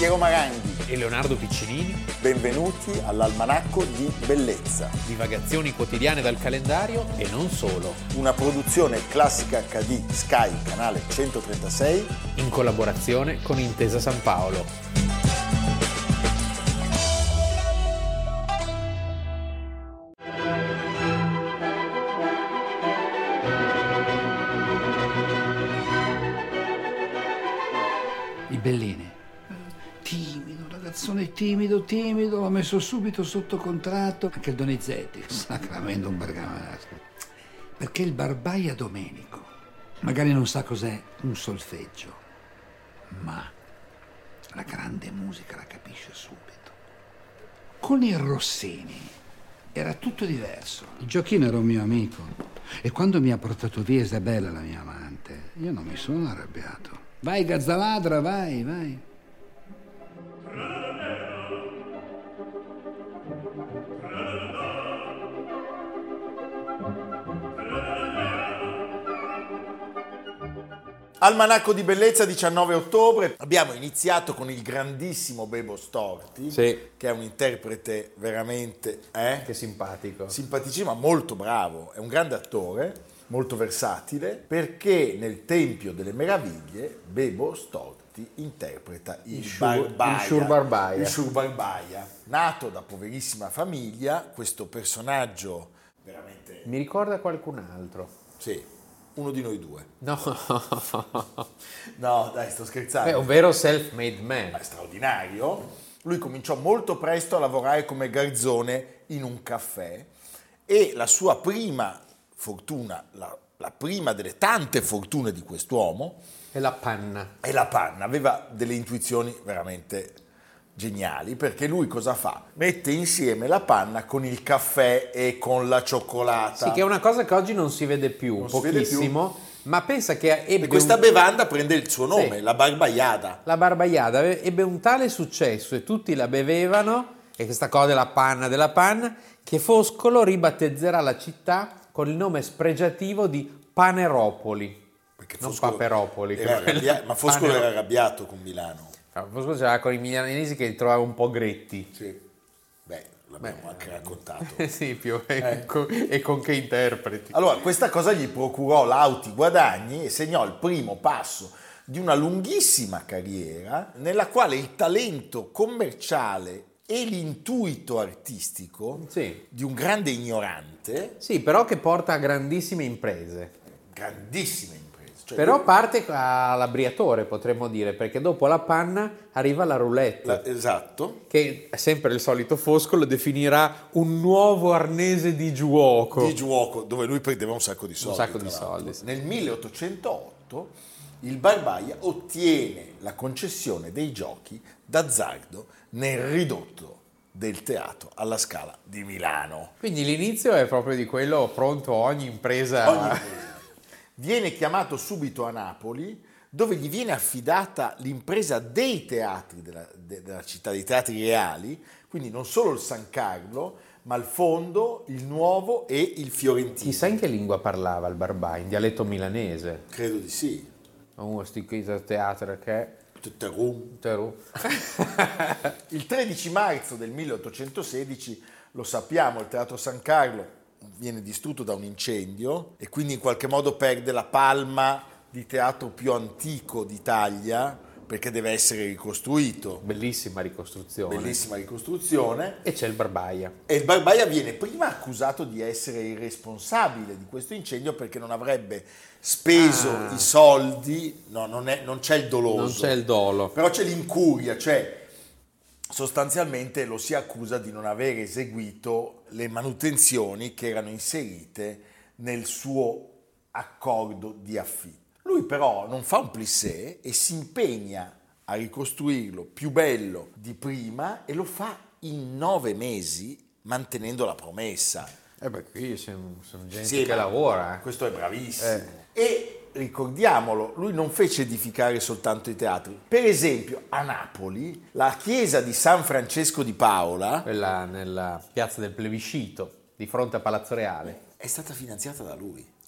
Piero Maranghi e Leonardo Piccinini. Benvenuti all'Almanacco di Bellezza. Divagazioni quotidiane dal calendario e non solo. Una produzione Classica HD Sky, canale 136. In collaborazione con Intesa San Paolo. I Belline. Timido, ragazzone timido, l'ho messo subito sotto contratto. Anche il Donizetti, sacramento un bergamasco. Perché il Barbaia Domenico magari non sa cos'è un solfeggio, ma la grande musica la capisce subito. Con il Rossini era tutto diverso. Il Giochino era un mio amico e quando mi ha portato via Isabella, la mia amante, io non mi sono arrabbiato. Vai Gazzaladra, vai. Almanacco di Bellezza, 19 ottobre. Abbiamo iniziato con il grandissimo Bebo Storti, Sì. che è un interprete veramente Che simpatico. simpaticissimo, ma molto bravo. È un grande attore, molto versatile, perché nel Tempio delle Meraviglie Bebo Storti interpreta il Shur Barbaia. Il Shur Barbaia. Nato da poverissima famiglia, questo personaggio veramente... Mi ricorda qualcun altro. Sì, uno di noi due. No. No, dai, sto scherzando. È un vero self-made man. È straordinario. Lui cominciò molto presto a lavorare come garzone in un caffè e la sua prima fortuna, la prima delle tante fortune di quest'uomo, È la panna. è la panna. Aveva delle intuizioni veramente geniali, perché lui cosa fa? Mette insieme la panna con il caffè e con la cioccolata. Sì, che è una cosa che oggi non si vede più, Non si vede pochissimo, ma pensa che ebbe E questa un- bevanda prende il suo nome, Sì. la Barbaiada. la Barbaiada ebbe un tale successo e tutti la bevevano, e questa cosa della panna, che Foscolo ribattezzerà la città con il nome spregiativo di Paneropoli, Perché non Foscolo Paperopoli. era ma Foscolo Panero- era arrabbiato con Milano. Foscolo c'era con i milanesi che li trovava un po' gretti. Sì. Beh, l'abbiamo anche raccontato. Sì, e con che interpreti. Allora, questa cosa gli procurò lauti guadagni e segnò il primo passo di una lunghissima carriera nella quale il talento commerciale e l'intuito artistico Sì. di un grande ignorante, Sì, però che porta a grandissime imprese. grandissime imprese. Cioè, Però parte alla Briatore, potremmo dire, perché dopo la panna arriva la roulette, esatto. che è sempre il solito Foscolo definirà un nuovo arnese di giuoco. Di giuoco, dove lui prendeva un sacco di soldi. sacco tra di l'altro. soldi, sì. Nel 1808 il Barbaia ottiene la concessione dei giochi d'azzardo nel ridotto del Teatro alla Scala di Milano. Quindi l'inizio è proprio di quello pronto a ogni impresa. Ogni impresa. Viene chiamato subito a Napoli, dove gli viene affidata l'impresa dei teatri della città, dei teatri reali, quindi non solo il San Carlo, ma il Fondo, il Nuovo e il Fiorentino. Chissà in che lingua parlava il Barbai, in dialetto milanese. Credo di sì. Sti qui teatro che... Tutterum. Teru. Il 13 marzo del 1816, lo sappiamo, il Teatro San Carlo viene distrutto da un incendio e quindi in qualche modo perde la palma di teatro più antico d'Italia, perché deve essere ricostruito. Bellissima ricostruzione. Bellissima ricostruzione. E c'è il Barbaia. E il Barbaia viene prima accusato di essere il responsabile di questo incendio perché non avrebbe speso i soldi, no, non c'è il doloso. Non c'è il dolo. Però c'è l'incuria, cioè sostanzialmente lo si accusa di non aver eseguito le manutenzioni che erano inserite nel suo accordo di affitto. Lui però non fa un plissé e si impegna a ricostruirlo più bello di prima e lo fa in 9 mesi mantenendo la promessa. Beh, qui sono gente Sì, che ma lavora. questo è bravissimo. E ricordiamolo, lui non fece edificare soltanto i teatri. Per esempio, a Napoli, la chiesa di San Francesco di Paola Quella nella piazza del Plebiscito, di fronte a Palazzo Reale. è stata finanziata da lui.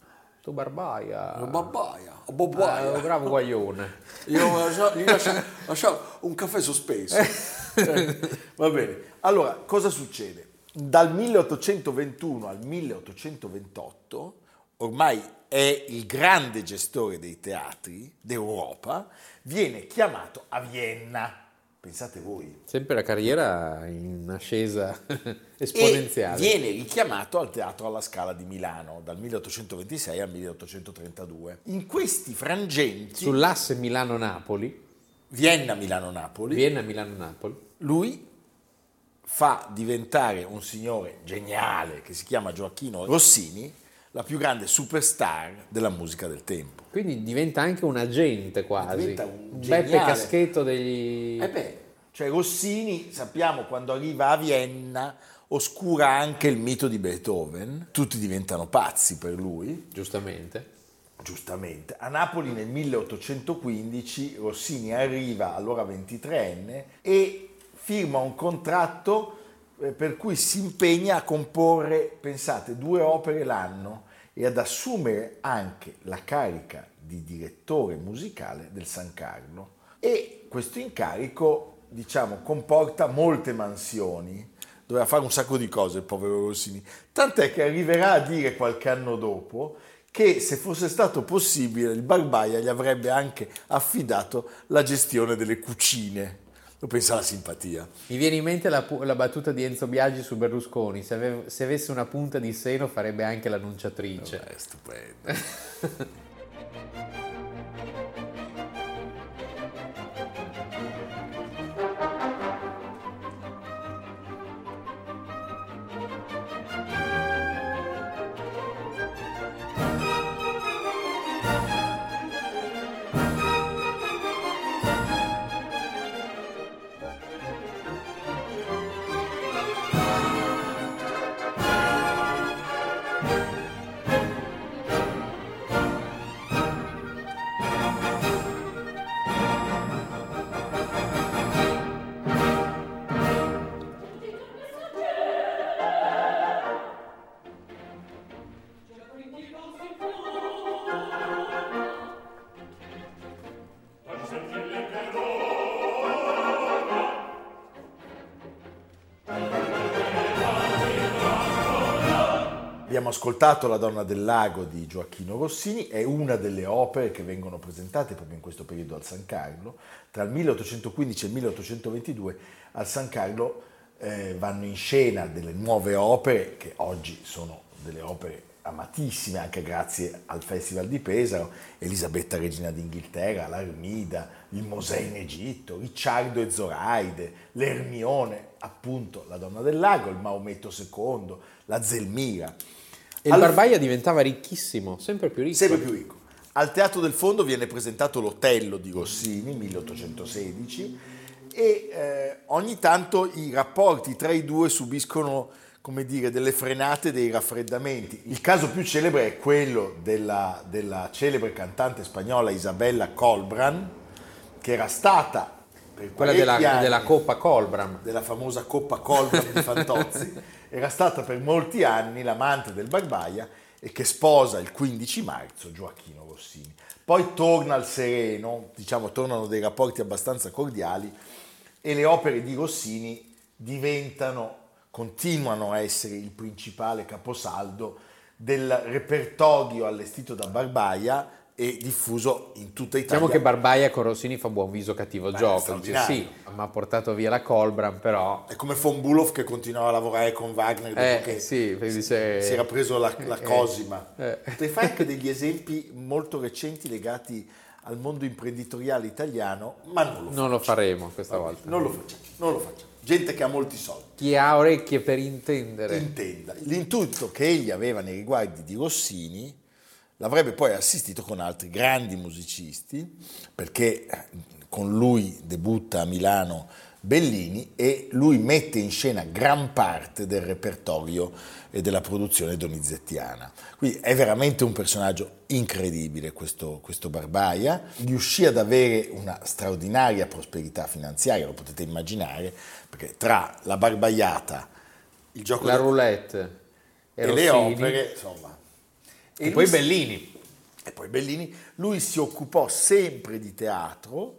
sto Barbaia. Babbaia, Bravo guaglione. Io gli lascio un caffè sospeso. Va bene. Allora, cosa succede? Dal 1821 al 1828, ormai è il grande gestore dei teatri d'Europa, viene chiamato a Vienna. Pensate voi. Sempre la carriera in ascesa esponenziale. E viene richiamato al Teatro alla Scala di Milano dal 1826 al 1832. In questi frangenti, Sull'asse Milano-Napoli, Vienna-Milano-Napoli, Vienna-Milano-Napoli, lui fa diventare un signore geniale che si chiama Gioacchino Rossini la più grande superstar della musica del tempo. quindi diventa anche un agente quasi. Diventa un Beppe geniale. Caschetto degli... Cioè Rossini, sappiamo, quando arriva a Vienna oscura anche il mito di Beethoven, tutti diventano pazzi per lui. Giustamente. A Napoli nel 1815 Rossini arriva, allora 23enne, e firma un contratto per cui si impegna a comporre, pensate, 2 opere l'anno e ad assumere anche la carica di direttore musicale del San Carlo. E questo incarico, diciamo, comporta molte mansioni, doveva fare un sacco di cose il povero Rossini, tant'è che arriverà a dire qualche anno dopo che se fosse stato possibile il Barbaia gli avrebbe anche affidato la gestione delle cucine. Lo pensa alla simpatia. Mi viene in mente la battuta di Enzo Biagi su Berlusconi: se avesse una punta di seno farebbe anche l'annunciatrice. È stupendo. Abbiamo ascoltato La donna del lago di Gioacchino Rossini, è una delle opere che vengono presentate proprio in questo periodo al San Carlo. Tra il 1815 e il 1822 al San Carlo vanno in scena delle nuove opere che oggi sono delle opere amatissime anche grazie al Festival di Pesaro: Elisabetta Regina d'Inghilterra, l'Armida, il Mosè in Egitto, Ricciardo e Zoraide, l'Ermione, appunto La donna del lago, il Maometto II, la Zelmira. E il Barbaia diventava ricchissimo, sempre più ricco. Sempre più ricco. Al Teatro del Fondo viene presentato l'Otello di Rossini, 1816, e ogni tanto i rapporti tra i due subiscono, come dire, delle frenate, dei raffreddamenti. Il caso più celebre è quello della celebre cantante spagnola Isabella Colbran, che era stata per quella della Coppa Colbran, della famosa Coppa Colbran di Fantozzi, era stata per molti anni l'amante del Barbaia e che sposa il 15 marzo Gioacchino Rossini. Poi torna al sereno, diciamo, tornano dei rapporti abbastanza cordiali e le opere di Rossini continuano a essere il principale caposaldo del repertorio allestito da Barbaia e diffuso in tutta Italia. Diciamo che Barbaia con Rossini fa buon viso cattivo gioco, dice sì, mi ha portato via la Colbran, però... È come von Bülow che continuava a lavorare con Wagner dopo che sì, si era preso la Cosima. Potrei fare anche degli esempi molto recenti legati al mondo imprenditoriale italiano, ma non lo faremo questa volta. Non lo facciamo. Gente che ha molti soldi. Chi ha orecchie per intendere. Intenda. L'intuito che egli aveva nei riguardi di Rossini l'avrebbe poi assistito con altri grandi musicisti, perché con lui debutta a Milano Bellini e lui mette in scena gran parte del repertorio e della produzione donizettiana. Quindi è veramente un personaggio incredibile questo Barbaia. Riuscì ad avere una straordinaria prosperità finanziaria, lo potete immaginare, perché tra la Barbaiata, il gioco la roulette e le opere, insomma. E poi Bellini. E poi Bellini, lui si occupò sempre di teatro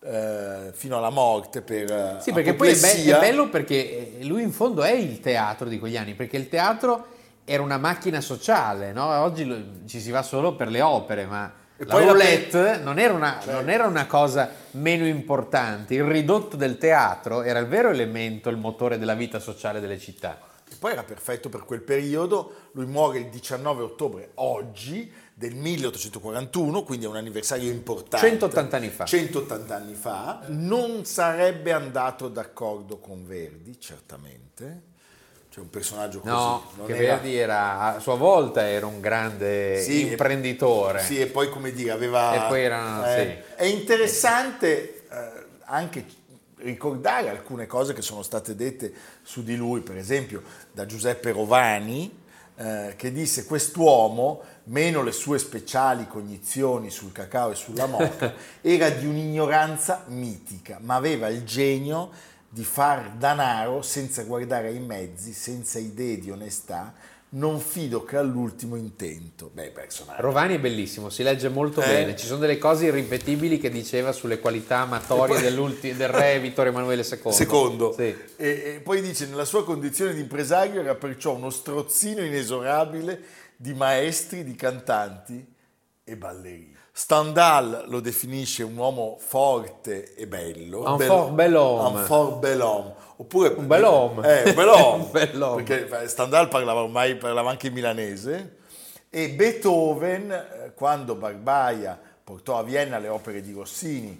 fino alla morte per Sì, perché poi è apoplessia. bello perché lui in fondo è il teatro di quegli anni, perché il teatro era una macchina sociale, no? Oggi ci si va solo per le opere, ma E la poi roulette non era una cosa meno importante. Il ridotto del teatro era il vero elemento, il motore della vita sociale delle città. E poi era perfetto per quel periodo, lui muore il 19 ottobre oggi del 1841, quindi è un anniversario importante. 180 anni fa. 180 anni fa. Non sarebbe andato d'accordo con Verdi, certamente. Cioè un personaggio così. No, non che era- Verdi era, a sua volta era un grande Sì, imprenditore. Sì, e poi come dire, aveva... E poi era- sì. È interessante anche ricordare alcune cose che sono state dette su di lui, per esempio da Giuseppe Rovani, che disse: quest'uomo, meno le sue speciali cognizioni sul cacao e sulla moka, era di un'ignoranza mitica, ma aveva il genio di far danaro senza guardare ai mezzi, senza idee di onestà, non fido che all'ultimo intento. Beh, personaggio. Rovani è bellissimo, si legge molto bene, ci sono delle cose irripetibili che diceva sulle qualità amatorie del re Vittorio Emanuele II. Secondo. Sì. E poi dice: nella sua condizione di impresario era perciò uno strozzino inesorabile di maestri, di cantanti e ballerini. Stendhal lo definisce un uomo forte e bello. Un fort bel homme. Un fort bel homme. Oppure, Un bel homme. un bel homme. Un bel homme. Perché Stendhal parlava anche in milanese. E Beethoven, quando Barbaia portò a Vienna le opere di Rossini,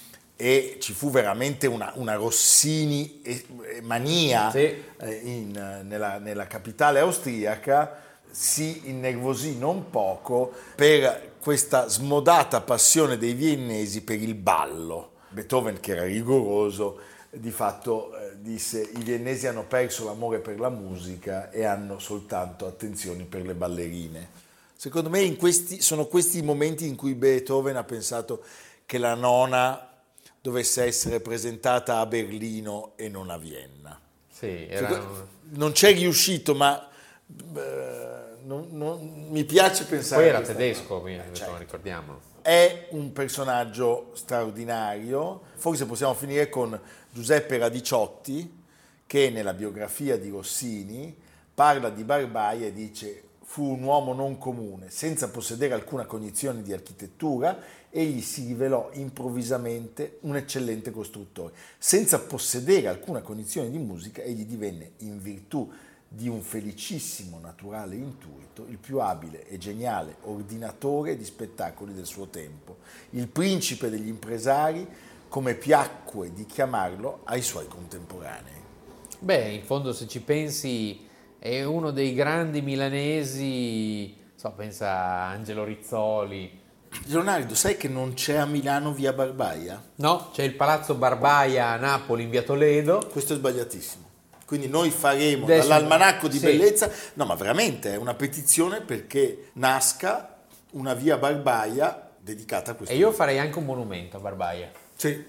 e ci fu veramente una Rossini mania Sì. nella capitale austriaca, si innervosì non poco per questa smodata passione dei viennesi per il ballo. Beethoven, che era rigoroso, di fatto disse: i viennesi hanno perso l'amore per la musica e hanno soltanto attenzioni per le ballerine. Secondo me sono questi i momenti in cui Beethoven ha pensato che la nona dovesse essere presentata a Berlino e non a Vienna. Sì, Non c'è riuscito, ma mi piace pensare. poi era a questa tedesco, cosa. quindi Certo. ricordiamo. È un personaggio straordinario. Forse possiamo finire con Giuseppe Radiciotti, che nella biografia di Rossini parla di Barbaia e dice: fu un uomo non comune, senza possedere alcuna cognizione di architettura, egli si rivelò improvvisamente un eccellente costruttore. Senza possedere alcuna cognizione di musica, egli divenne, in virtù di un felicissimo naturale intuito, il più abile e geniale ordinatore di spettacoli del suo tempo, il principe degli impresari, come piacque di chiamarlo ai suoi contemporanei. Beh, in fondo se ci pensi è uno dei grandi milanesi, pensa a Angelo Rizzoli. Leonardo, sai che non c'è a Milano via Barbaia? No, c'è il Palazzo Barbaia a Napoli in via Toledo. Questo è sbagliatissimo. Quindi noi faremo Adesso- dall'almanacco di sì. bellezza, no, ma veramente è una petizione perché nasca una via Barbaia dedicata a questo. E io farei anche un monumento a Barbaia. Sì,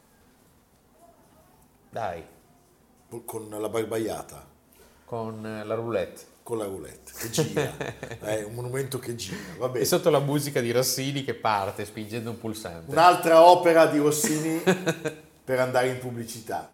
Dai, con la barbaiata, con la roulette. con la roulette che gira, è un monumento che gira, va E bene. sotto la musica di Rossini che parte spingendo un pulsante. Un'altra opera di Rossini per andare in pubblicità.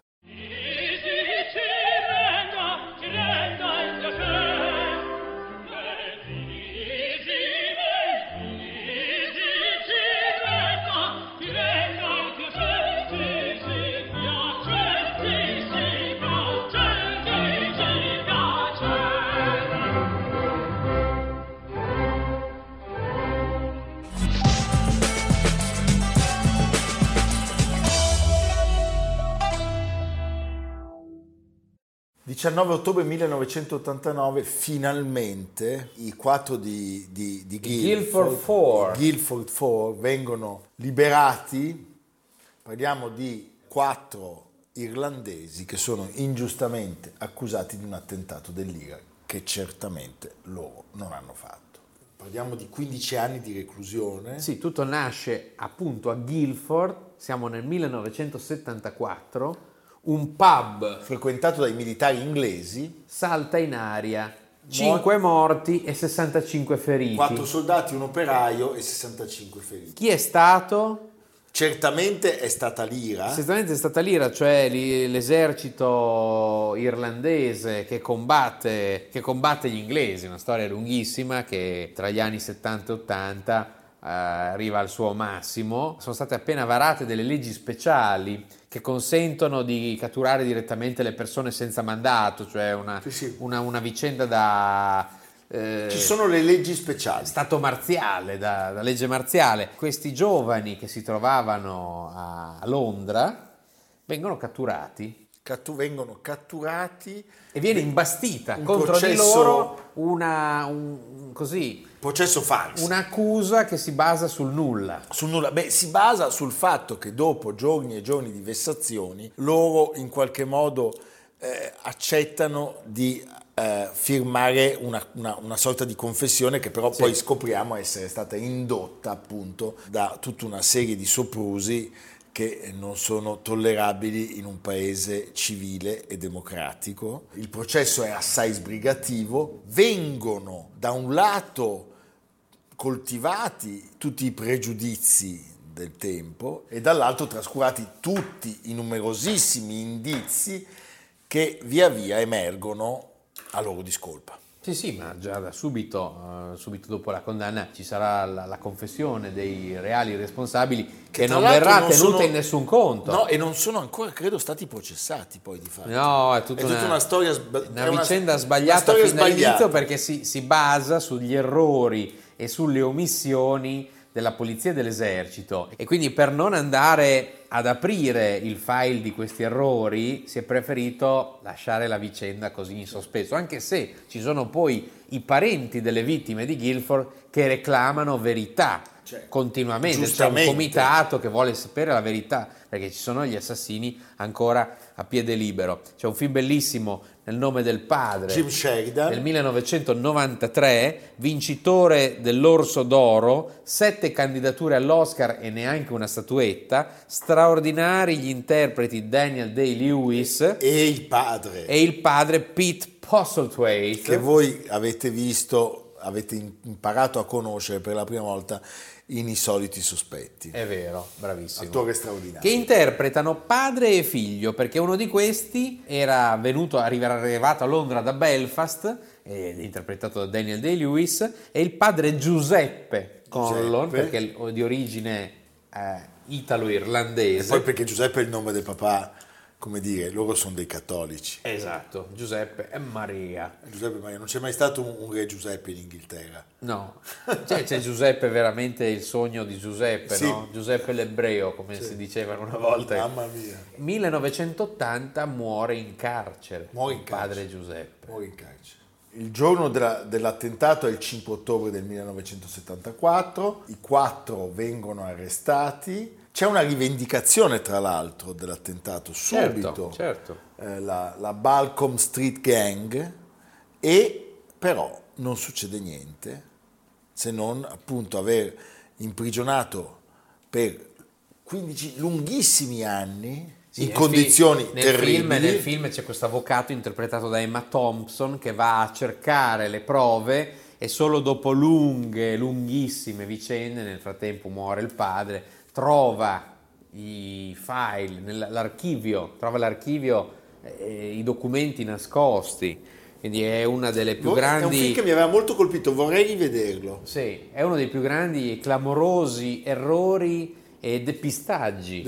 Il 19 ottobre 1989 finalmente i quattro di Guildford Four vengono liberati. Parliamo di 4 irlandesi che sono ingiustamente accusati di un attentato dell'IRA che certamente loro non hanno fatto. Parliamo di 15 anni di reclusione. Sì, tutto nasce appunto a Guildford, siamo nel 1974, un pub Frequentato dai militari inglesi. salta in aria 5 morti e 65 feriti. 4 soldati, un operaio e 65 feriti. Chi è stato? Certamente è stata l'IRA. Certamente è stata l'IRA, cioè l'esercito irlandese che combatte gli inglesi, una storia lunghissima che tra gli anni 70 e 80 arriva al suo massimo. Sono state appena varate delle leggi speciali che consentono di catturare direttamente le persone senza mandato, cioè una vicenda da... Ci sono le leggi speciali. Stato marziale, da legge marziale. Questi giovani che si trovavano a Londra vengono catturati. Vengono catturati E viene imbastita un contro di loro processo falso. un'accusa che si basa sul nulla. Sul nulla. Si basa sul fatto che dopo giorni e giorni di vessazioni loro in qualche modo accettano di firmare una sorta di confessione che però poi scopriamo essere stata indotta appunto da tutta una serie di soprusi che non sono tollerabili in un paese civile e democratico. Il processo è assai sbrigativo, vengono da un lato coltivati tutti i pregiudizi del tempo e dall'altro trascurati tutti i numerosissimi indizi che via via emergono a loro discolpa. Sì, ma già da subito dopo la condanna ci sarà la confessione dei reali responsabili che non verrà tenuta in nessun conto. No, e non sono ancora, credo, stati processati poi di fatto. No, è tutta una storia una vicenda sbagliata fin dall'inizio, perché si basa sugli errori e sulle omissioni della polizia e dell'esercito, e quindi per non andare ad aprire il file di questi errori si è preferito lasciare la vicenda così in sospeso, anche se ci sono poi i parenti delle vittime di Guildford che reclamano verità continuamente. C'è un comitato che vuole sapere la verità perché ci sono gli assassini ancora a piede libero. C'è un film bellissimo, Nel nome del padre, Jim Sheridan, del 1993, vincitore dell'Orso d'Oro, 7 candidature all'Oscar e neanche una statuetta, straordinari gli interpreti Daniel Day-Lewis e il padre Pete Postlethwaite, che voi avete visto, avete imparato a conoscere per la prima volta in I soliti sospetti. È vero, bravissimo. Attore straordinario. Che interpretano padre e figlio, perché uno di questi era arrivato a Londra da Belfast, interpretato da Daniel Day-Lewis, e il padre Giuseppe Conlon, perché è di origine italo-irlandese. E poi perché Giuseppe è il nome del papà, come dire, loro sono dei cattolici. Esatto, Giuseppe e Maria. Giuseppe e Maria, non c'è mai stato un re Giuseppe in Inghilterra. No, c'è Giuseppe, veramente il sogno di Giuseppe, sì. No? Giuseppe l'ebreo, come si diceva una volta. Mamma mia. 1980 muore in carcere. Padre Giuseppe. Muore in carcere. Il giorno dell'attentato è il 5 ottobre del 1974, i 4 vengono arrestati. C'è una rivendicazione, tra l'altro, dell'attentato subito, certo. La Balcombe Street Gang, e però non succede niente se non appunto aver imprigionato per 15 lunghissimi anni in condizioni terribili. Nel film c'è questo avvocato interpretato da Emma Thompson che va a cercare le prove e solo dopo lunghissime vicende, nel frattempo muore il padre, trova i file trova l'archivio, i documenti nascosti, quindi è una delle più grandi... È un film che mi aveva molto colpito, vorrei rivederlo. Sì, è uno dei più grandi e clamorosi errori e depistaggi.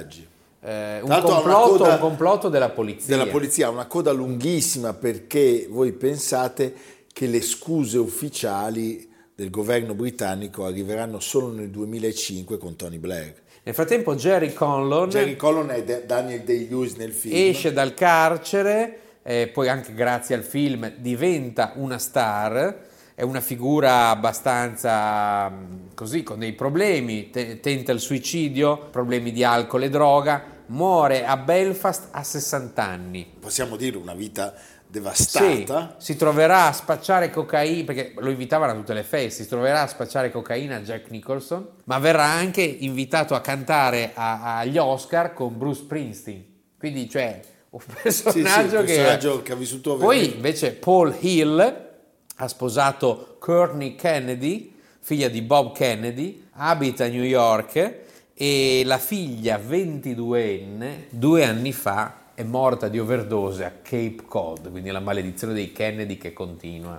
Un complotto della polizia. Della polizia, una coda lunghissima, perché voi pensate che le scuse ufficiali del governo britannico arriveranno solo nel 2005 con Tony Blair. Nel frattempo Jerry Conlon è Daniel Day-Lewis nel film. Esce dal carcere, poi anche grazie al film diventa una star, è una figura abbastanza così, con dei problemi, tenta il suicidio, problemi di alcol e droga, muore a Belfast a 60 anni. Possiamo dire una vita devastata. Sì, si troverà a spacciare cocaina, perché lo invitavano a tutte le feste, si troverà a spacciare cocaina a Jack Nicholson, ma verrà anche invitato a cantare agli Oscar con Bruce Springsteen, quindi cioè un personaggio, che ha vissuto poi invece Paul Hill, ha sposato Courtney Kennedy, figlia di Bob Kennedy, abita a New York e la figlia 22enne 2 anni fa è morta di overdose a Cape Cod, quindi la maledizione dei Kennedy che continua.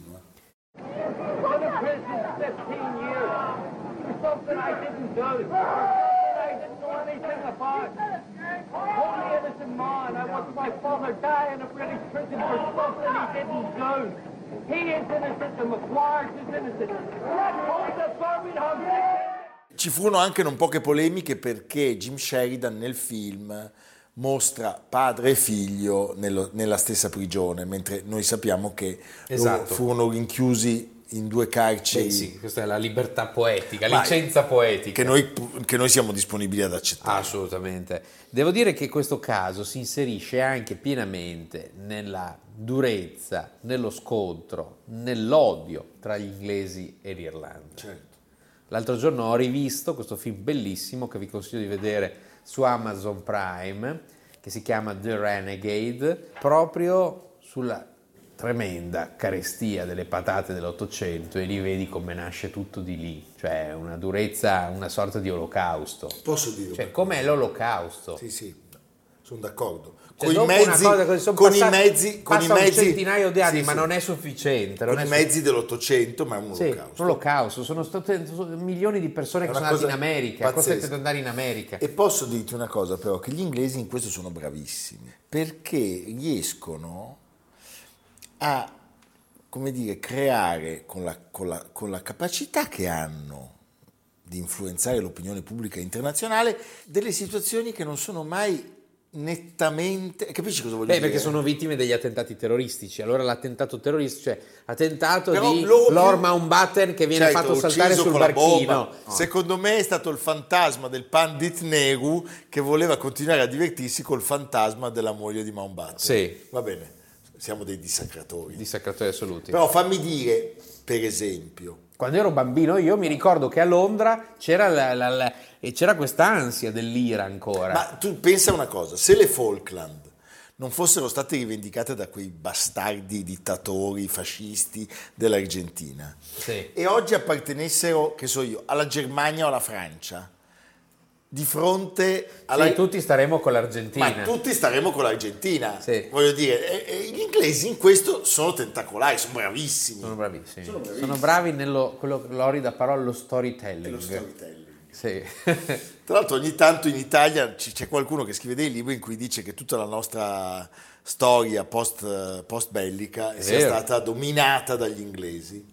Ci furono anche non poche polemiche perché Jim Sheridan nel film mostra padre e figlio nella stessa prigione, mentre noi sappiamo che Esatto. furono rinchiusi in 2 carceri. Sì, questa è la libertà poetica, licenza poetica. Che noi siamo disponibili ad accettare. Assolutamente. Devo dire che questo caso si inserisce anche pienamente nella durezza, nello scontro, nell'odio tra gli inglesi e l'Irlanda. Certo. L'altro giorno ho rivisto questo film bellissimo che vi consiglio di vedere su Amazon Prime, che si chiama The Renegade, proprio sulla tremenda carestia delle patate dell'Ottocento, e lì vedi come nasce tutto di lì, cioè una durezza, una sorta di olocausto. Posso dire? Cioè, com'è l'olocausto? Sì, sono d'accordo. Cioè, Con i mezzi, un centinaio di anni, ma non è sufficiente. Con i mezzi dell'Ottocento, ma è un olocausto. Un olocausto, sono milioni di persone che sono andate in America, costrette ad andare in America. E posso dirti una cosa però, che gli inglesi in questo sono bravissimi, perché riescono a, come dire, creare con la capacità che hanno di influenzare l'opinione pubblica internazionale delle situazioni che non sono mai nettamente, capisci cosa voglio dire? Perché sono vittime degli attentati terroristici. Allora l'attentato terroristico, cioè attentato però di Lord Mountbatten che viene fatto saltare sul barchino. Secondo me è stato il fantasma del Pandit Nehru che voleva continuare a divertirsi col fantasma della moglie di Mountbatten. Sì. Va bene, siamo dei dissacratori. Dissacratori assoluti. Però fammi dire, per esempio, quando ero bambino io mi ricordo che a Londra c'era quest'ansia dell'ira ancora. Ma tu pensa una cosa, se le Falkland non fossero state rivendicate da quei bastardi dittatori fascisti dell'Argentina e oggi appartenessero, che so io, alla Germania o alla Francia, di fronte alla... Sì, tutti staremo con l'Argentina. Ma tutti staremo con l'Argentina. Sì. Voglio dire, gli inglesi in questo sono tentacolari, sono bravissimi. Sono bravi nello, quello l'orida parola, lo storytelling. Sì. Tra l'altro ogni tanto in Italia c'è qualcuno che scrive dei libri in cui dice che tutta la nostra storia post bellica sia stata dominata dagli inglesi.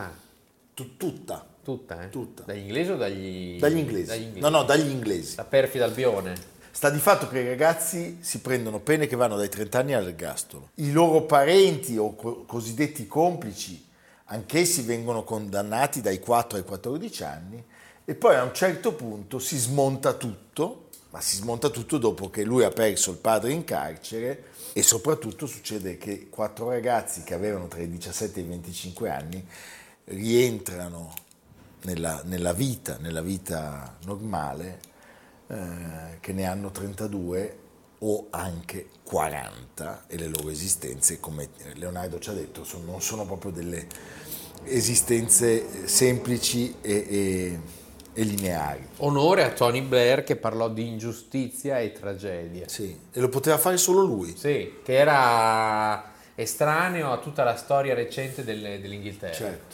Tutta. Dagli inglesi o dagli inglesi? No, dagli inglesi. La perfida Albione. Sta di fatto che i ragazzi si prendono pene che vanno dai 30 anni all'ergastolo. I loro parenti o cosiddetti complici, anch'essi vengono condannati dai 4 ai 14 anni e poi a un certo punto si smonta tutto, ma si smonta tutto dopo che lui ha perso il padre in carcere e soprattutto succede che 4 ragazzi che avevano tra i 17 e i 25 anni rientrano nella vita normale, che ne hanno 32 o anche 40 e le loro esistenze, come Leonardo ci ha detto, non sono proprio delle esistenze semplici e lineari. Onore a Tony Blair che parlò di ingiustizia e tragedia. Sì, e lo poteva fare solo lui. Sì, che era estraneo a tutta la storia recente dell'Inghilterra. Certo.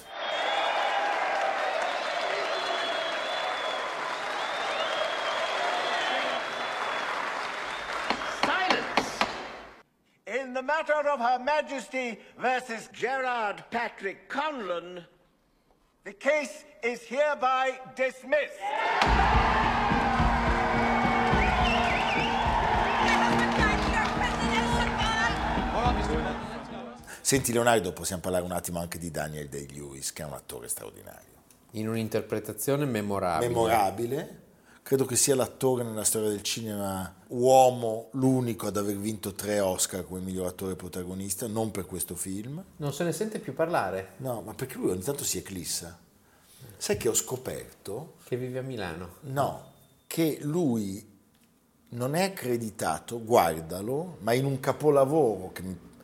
In the matter of Her Majesty versus Gerard Patrick Conlon, the case is hereby dismissed. Senti Leonardo, possiamo parlare un attimo anche di Daniel Day-Lewis, che è un attore straordinario. In un'interpretazione memorabile. Memorabile. Credo che sia l'attore nella storia del cinema uomo l'unico ad aver vinto 3 Oscar come miglior attore protagonista, non per questo film. Non se ne sente più parlare. No, ma perché lui ogni tanto si eclissa. Sai che ho scoperto? Che vive a Milano. No, che lui non è accreditato, guardalo, ma in un capolavoro che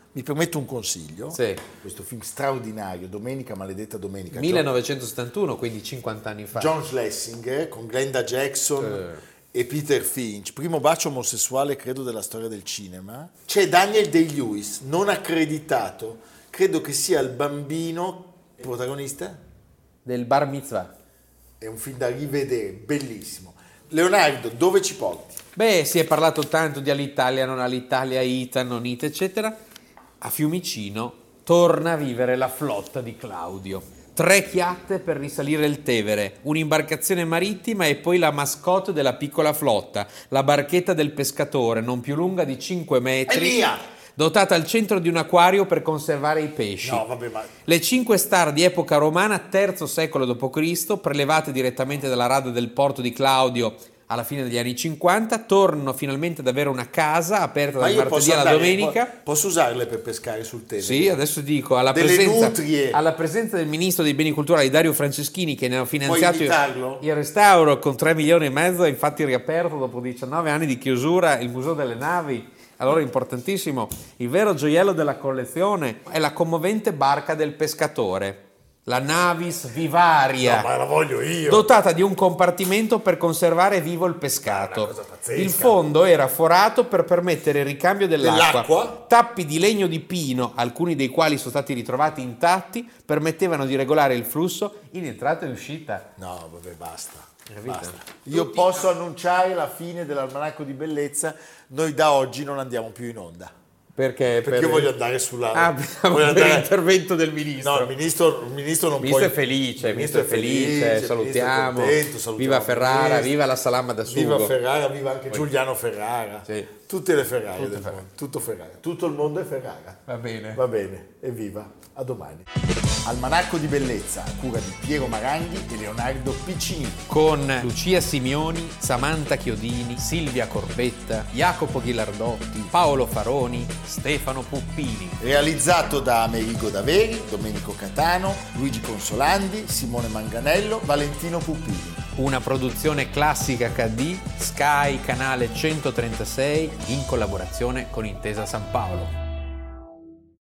Mi permetto un consiglio? Sì. Questo film straordinario, Domenica, maledetta domenica. 1971, quindi 50 anni fa. John Schlesinger con Glenda Jackson e Peter Finch, primo bacio omosessuale credo della storia del cinema. C'è Daniel Day-Lewis, non accreditato, credo che sia il bambino protagonista. Del Bar Mitzvah. È un film da rivedere, bellissimo. Leonardo, dove ci porti? Beh, si è parlato tanto di Alitalia, non Alitalia, ITA, non ITA, eccetera. A Fiumicino torna a vivere la flotta di Claudio. 3 chiatte per risalire il Tevere, un'imbarcazione marittima e poi la mascotte della piccola flotta, la barchetta del pescatore, non più lunga di 5 metri. È mia! Dotata al centro di un acquario per conservare i pesci. No, vabbè, ma... Le 5 star di epoca romana, III secolo d.C., prelevate direttamente dalla rada del porto di Claudio alla fine degli anni 50, tornano finalmente ad avere una casa aperta dal martedì alla domenica. Posso usarle per pescare sul Tevere? Sì, adesso dico, alla presenza del ministro dei beni culturali Dario Franceschini, che ne ha finanziato il restauro con 3,5 milioni, ha infatti riaperto dopo 19 anni di chiusura il Museo delle Navi. Allora, importantissimo, il vero gioiello della collezione è la commovente barca del pescatore, la Navis Vivaria, no, ma la voglio io. Dotata di un compartimento per conservare vivo il pescato. Una cosa pazzesca. Il fondo era forato per permettere il ricambio dell'acqua. Tappi di legno di pino, alcuni dei quali sono stati ritrovati intatti, permettevano di regolare il flusso in entrata e uscita. No, vabbè, basta. Io posso annunciare la fine dell'Almanacco di Bellezza. Noi da oggi non andiamo più in onda. Perché io voglio andare sulla... per l'intervento del ministro. No, il ministro non può... È felice, il ministro è felice, salutiamo. Viva Ferrara, viva la salama da sugo. Viva Ferrara, viva anche Giuliano Ferrara. Sì. Tutte le Ferrare del mondo. Tutto Ferrara. Tutto il mondo è Ferrara. Va bene. Va bene, evviva. A domani. Almanacco di Bellezza, a cura di Piero Maranghi e Leonardo Piccini. Con Lucia Simioni, Samantha Chiodini, Silvia Corbetta, Jacopo Ghilardotti, Paolo Faroni, Stefano Puppini. Realizzato da Amerigo Daveri, Domenico Catano, Luigi Consolandi, Simone Manganello, Valentino Puppini. Una produzione Classica HD, Sky, canale 136, in collaborazione con Intesa San Paolo.